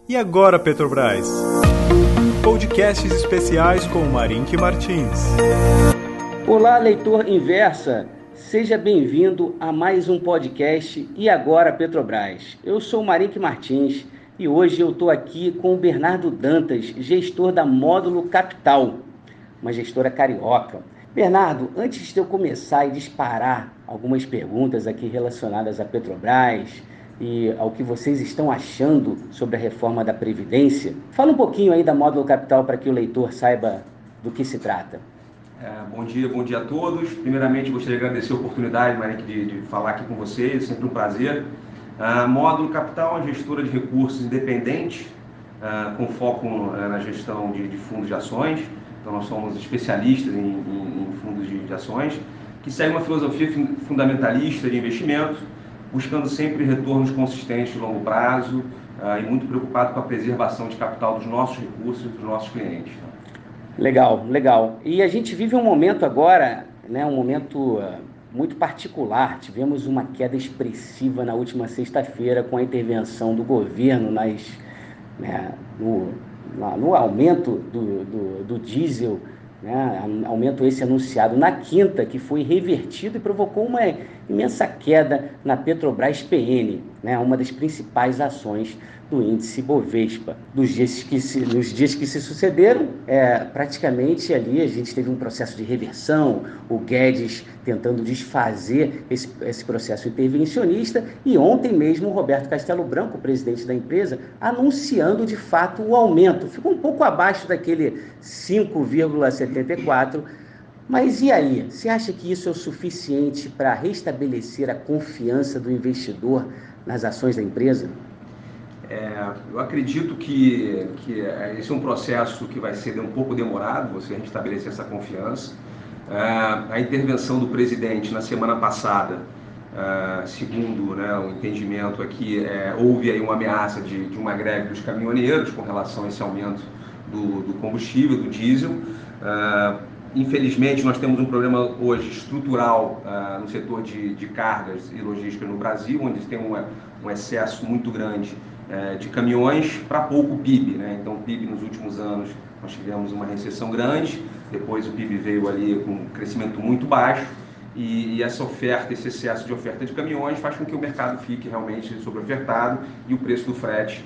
E agora, Petrobras? Podcasts especiais com Marink Martins. Olá, leitor Inversa. Seja bem-vindo a mais um podcast E agora, Petrobras. Eu sou o Marink Martins e hoje eu estou aqui com o Bernardo Dantas, gestor da Módulo Capital, uma gestora carioca. Bernardo, antes de eu começar e disparar algumas perguntas aqui relacionadas à Petrobras e ao que vocês estão achando sobre a reforma da Previdência, fala um pouquinho aí da Módulo Capital para que o leitor saiba do que se trata. Bom dia a todos. Primeiramente, gostaria de agradecer a oportunidade, Marink, de falar aqui com vocês, é sempre um prazer. A Módulo Capital é uma gestora de recursos independente, com foco na gestão de fundos de ações. Então, nós somos especialistas em fundos de ações, que segue uma filosofia fundamentalista de investimento, buscando sempre retornos consistentes de longo prazo e muito preocupado com a preservação de capital dos nossos recursos e dos nossos clientes. Legal, legal. E a gente vive um momento agora, né, um momento muito particular. Tivemos uma queda expressiva na última sexta-feira com a intervenção do governo no aumento do diesel, né, aumento esse anunciado na quinta, que foi revertido e provocou uma imensa queda na Petrobras PN, né, uma das principais ações do índice Bovespa. Nos dias que se sucederam, praticamente ali a gente teve um processo de reversão, o Guedes tentando desfazer esse processo intervencionista, e ontem mesmo o Roberto Castelo Branco, presidente da empresa, anunciando de fato o aumento. Ficou um pouco abaixo daquele 5,74%, mas e aí? Você acha que isso é o suficiente para restabelecer a confiança do investidor nas ações da empresa? Eu acredito que esse é um processo que vai ser um pouco demorado, você restabelecer essa confiança. A intervenção do presidente na semana passada, segundo o entendimento aqui, houve aí uma ameaça de uma greve dos caminhoneiros com relação a esse aumento do combustível, do diesel. Infelizmente, nós temos um problema hoje estrutural no setor de cargas e logística no Brasil, onde tem um excesso muito grande de caminhões para pouco PIB, né? Então, o PIB nos últimos anos nós tivemos uma recessão grande, depois o PIB veio ali com um crescimento muito baixo, e essa oferta, esse excesso de oferta de caminhões faz com que o mercado fique realmente sobreofertado e o preço do frete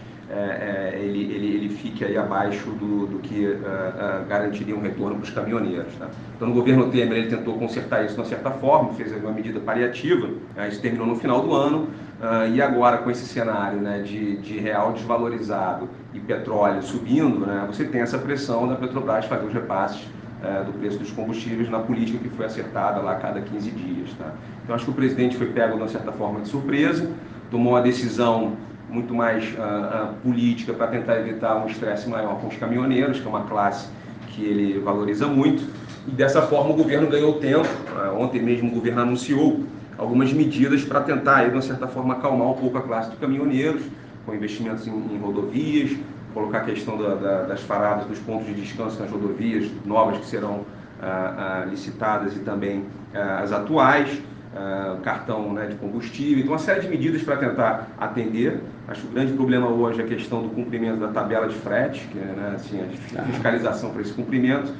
ele fique aí abaixo do que garantiria um retorno para os caminhoneiros, tá? Então, no governo Temer, ele tentou consertar isso de uma certa forma, fez uma medida paliativa, isso terminou no final do ano, e agora com esse cenário de real desvalorizado e petróleo subindo, você tem essa pressão da Petrobras fazer os repasses do preço dos combustíveis na política que foi acertada lá a cada 15 dias. Tá? Então, acho que o presidente foi pego de uma certa forma de surpresa, tomou uma decisão muito mais política para tentar evitar um estresse maior com os caminhoneiros, que é uma classe que ele valoriza muito, e dessa forma o governo ganhou tempo. Ontem mesmo o governo anunciou algumas medidas para tentar, aí, de uma certa forma, acalmar um pouco a classe de caminhoneiros, com investimentos em rodovias, colocar a questão das paradas, dos pontos de descanso nas rodovias novas que serão licitadas e também as atuais, cartão de combustível, então uma série de medidas para tentar atender. Acho que o grande problema hoje é a questão do cumprimento da tabela de frete, que é a fiscalização para esse cumprimento,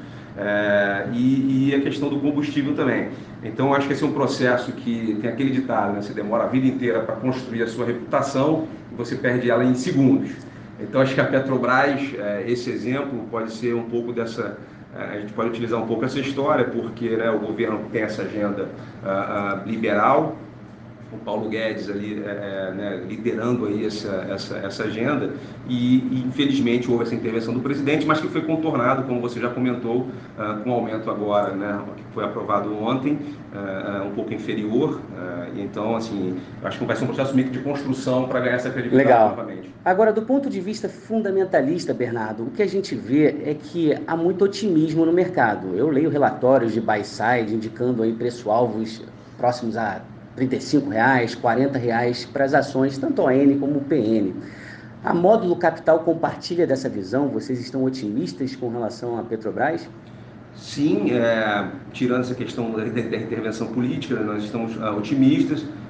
e a questão do combustível também. Então acho que esse é um processo que tem aquele ditado, você demora a vida inteira para construir a sua reputação e você perde ela em segundos. Então acho que a Petrobras, esse exemplo pode ser um pouco dessa. A gente pode utilizar um pouco essa história, porque o governo tem essa agenda liberal, o Paulo Guedes ali liderando aí essa agenda, e infelizmente houve essa intervenção do presidente, mas que foi contornado, como você já comentou, com o aumento agora, que foi aprovado ontem, um pouco inferior. Então, assim, acho que vai ser um processo meio que de construção para ganhar essa credibilidade novamente. Agora, do ponto de vista fundamentalista, Bernardo, o que a gente vê é que há muito otimismo no mercado. Eu leio relatórios de buy-side indicando aí preço-alvos próximos a R$35, R$40 para as ações, tanto ON como PN. A Módulo Capital compartilha dessa visão? Vocês estão otimistas com relação à Petrobras? Sim, tirando essa questão da intervenção política, nós estamos otimistas.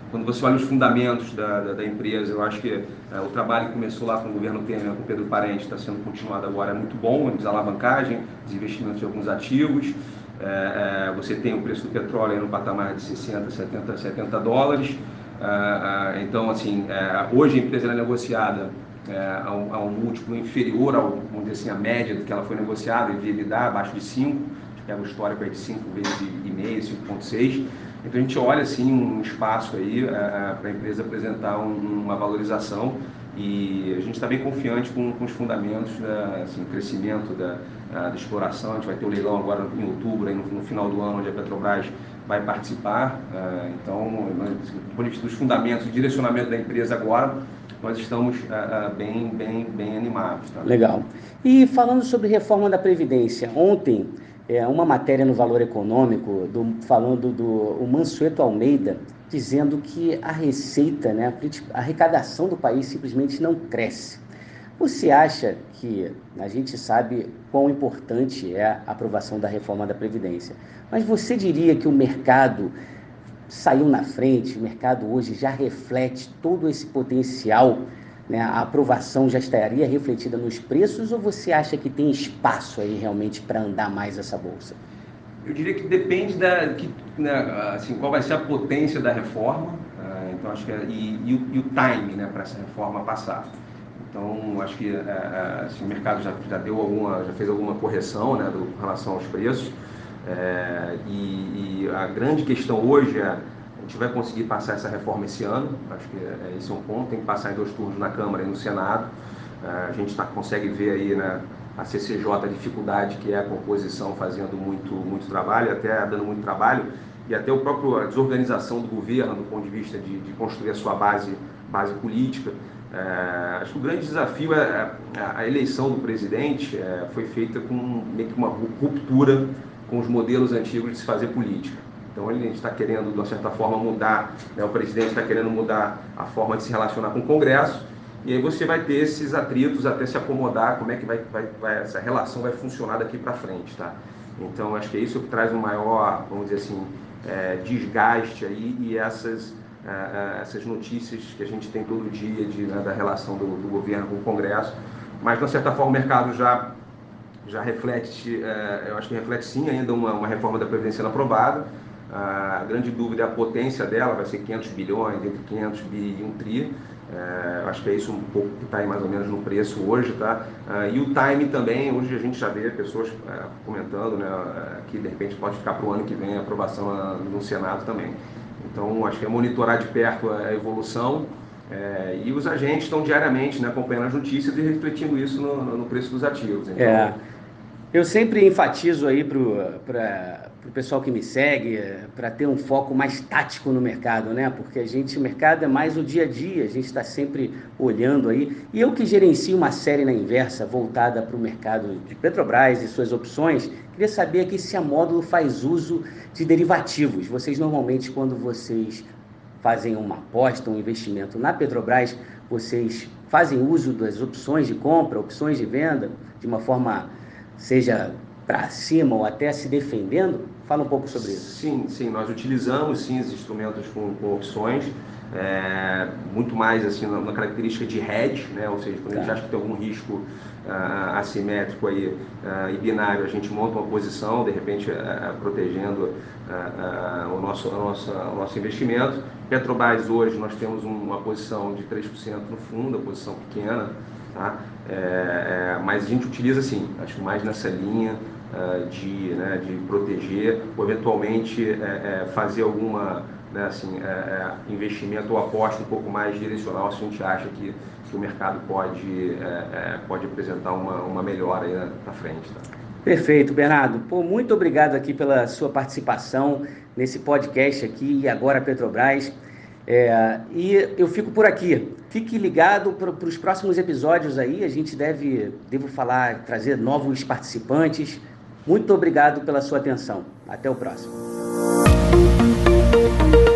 quando você olha os fundamentos da empresa, eu acho que o trabalho que começou lá com o governo Temer, com o Pedro Parente, está sendo continuado agora, é muito bom, desalavancagem, desinvestimento de alguns ativos. Você tem o preço do petróleo aí no patamar de 60, 70 dólares. Então, assim, hoje a empresa é negociada a um múltiplo inferior ao, vamos dizer assim, a média do que ela foi negociada, em EBITDA, abaixo de 5, que é o histórico de 5 vezes e meio, 5,6. Então a gente olha assim um espaço aí para a empresa apresentar uma valorização, e a gente está bem confiante com os fundamentos, assim, o crescimento da exploração. A gente vai ter o leilão agora em outubro, aí no final do ano, onde a Petrobras vai participar. Então, do ponto de vista dos fundamentos, do direcionamento da empresa agora, nós estamos bem animados. Tá? Legal. E falando sobre reforma da Previdência, ontem, uma matéria no Valor Econômico, falando do Mansueto Almeida, dizendo que a receita, né, a arrecadação do país simplesmente não cresce. Você acha que, a gente sabe quão importante é a aprovação da reforma da Previdência, mas você diria que o mercado saiu na frente, o mercado hoje já reflete todo esse potencial, né? A aprovação já estaria refletida nos preços, ou você acha que tem espaço aí realmente para andar mais essa bolsa? Eu diria que depende assim, qual vai ser a potência da reforma, então acho que e o time, né, para essa reforma passar. Então acho que assim, o mercado já fez alguma correção, né, com relação aos preços, e a grande questão hoje é: a gente vai conseguir passar essa reforma esse ano? Acho que esse é um ponto. Tem que passar em 2 turnos na Câmara e no Senado. A gente consegue ver aí, né, a CCJ, a dificuldade que é a composição, fazendo muito trabalho, até dando muito trabalho, e até a desorganização do governo do ponto de vista de construir a sua base política. Acho que o grande desafio a eleição do presidente foi feita com meio que uma ruptura com os modelos antigos de se fazer política. Então a gente está querendo, de uma certa forma, mudar, né, o presidente está querendo mudar a forma de se relacionar com o Congresso, e aí você vai ter esses atritos até se acomodar, como é que essa relação vai funcionar daqui para frente, tá? Então acho que é isso que traz um maior, vamos dizer assim, desgaste aí, e essas notícias que a gente tem todo dia da relação do governo com o Congresso. Mas, de uma certa forma, o mercado já reflete, eu acho que reflete sim ainda uma reforma da Previdência não aprovada. A grande dúvida é a potência dela, vai ser 500 bilhões, entre 500 bi e 1 tri. Acho que é isso um pouco que está aí mais ou menos no preço hoje, tá? E o time também, hoje a gente já vê pessoas comentando, né, que de repente pode ficar para o ano que vem a aprovação no Senado também. Então acho que é monitorar de perto a evolução, e os agentes estão diariamente, né, acompanhando as notícias e refletindo isso no preço dos ativos. Então, eu sempre enfatizo aí para o pessoal que me segue, para ter um foco mais tático no mercado, né? Porque o mercado é mais o dia a dia, a gente está sempre olhando aí. E eu que gerencio uma série na Inversa voltada para o mercado de Petrobras e suas opções, queria saber aqui se a Módulo faz uso de derivativos. Vocês normalmente, quando vocês fazem uma aposta, um investimento na Petrobras, vocês fazem uso das opções de compra, opções de venda, de uma forma, seja para cima ou até se defendendo? Fala um pouco sobre isso. Sim, nós utilizamos sim os instrumentos com opções, muito mais assim na característica de hedge, né? Ou seja, quando a gente acha que tem algum risco assimétrico aí, e binário, a gente monta uma posição, de repente protegendo o nosso investimento. Petrobras hoje nós temos uma posição de 3% no fundo, a posição pequena, tá? Mas a gente utiliza sim, acho que mais nessa linha de proteger, ou eventualmente fazer alguma, né, assim, investimento ou aposta um pouco mais direcional, se a gente acha que o mercado pode apresentar uma melhora aí na frente. Tá? Perfeito, Bernardo. Muito obrigado aqui pela sua participação nesse podcast aqui, e agora Petrobras. E eu fico por aqui. Fique ligado para os próximos episódios aí. A gente devo trazer novos participantes. Muito obrigado pela sua atenção. Até o próximo.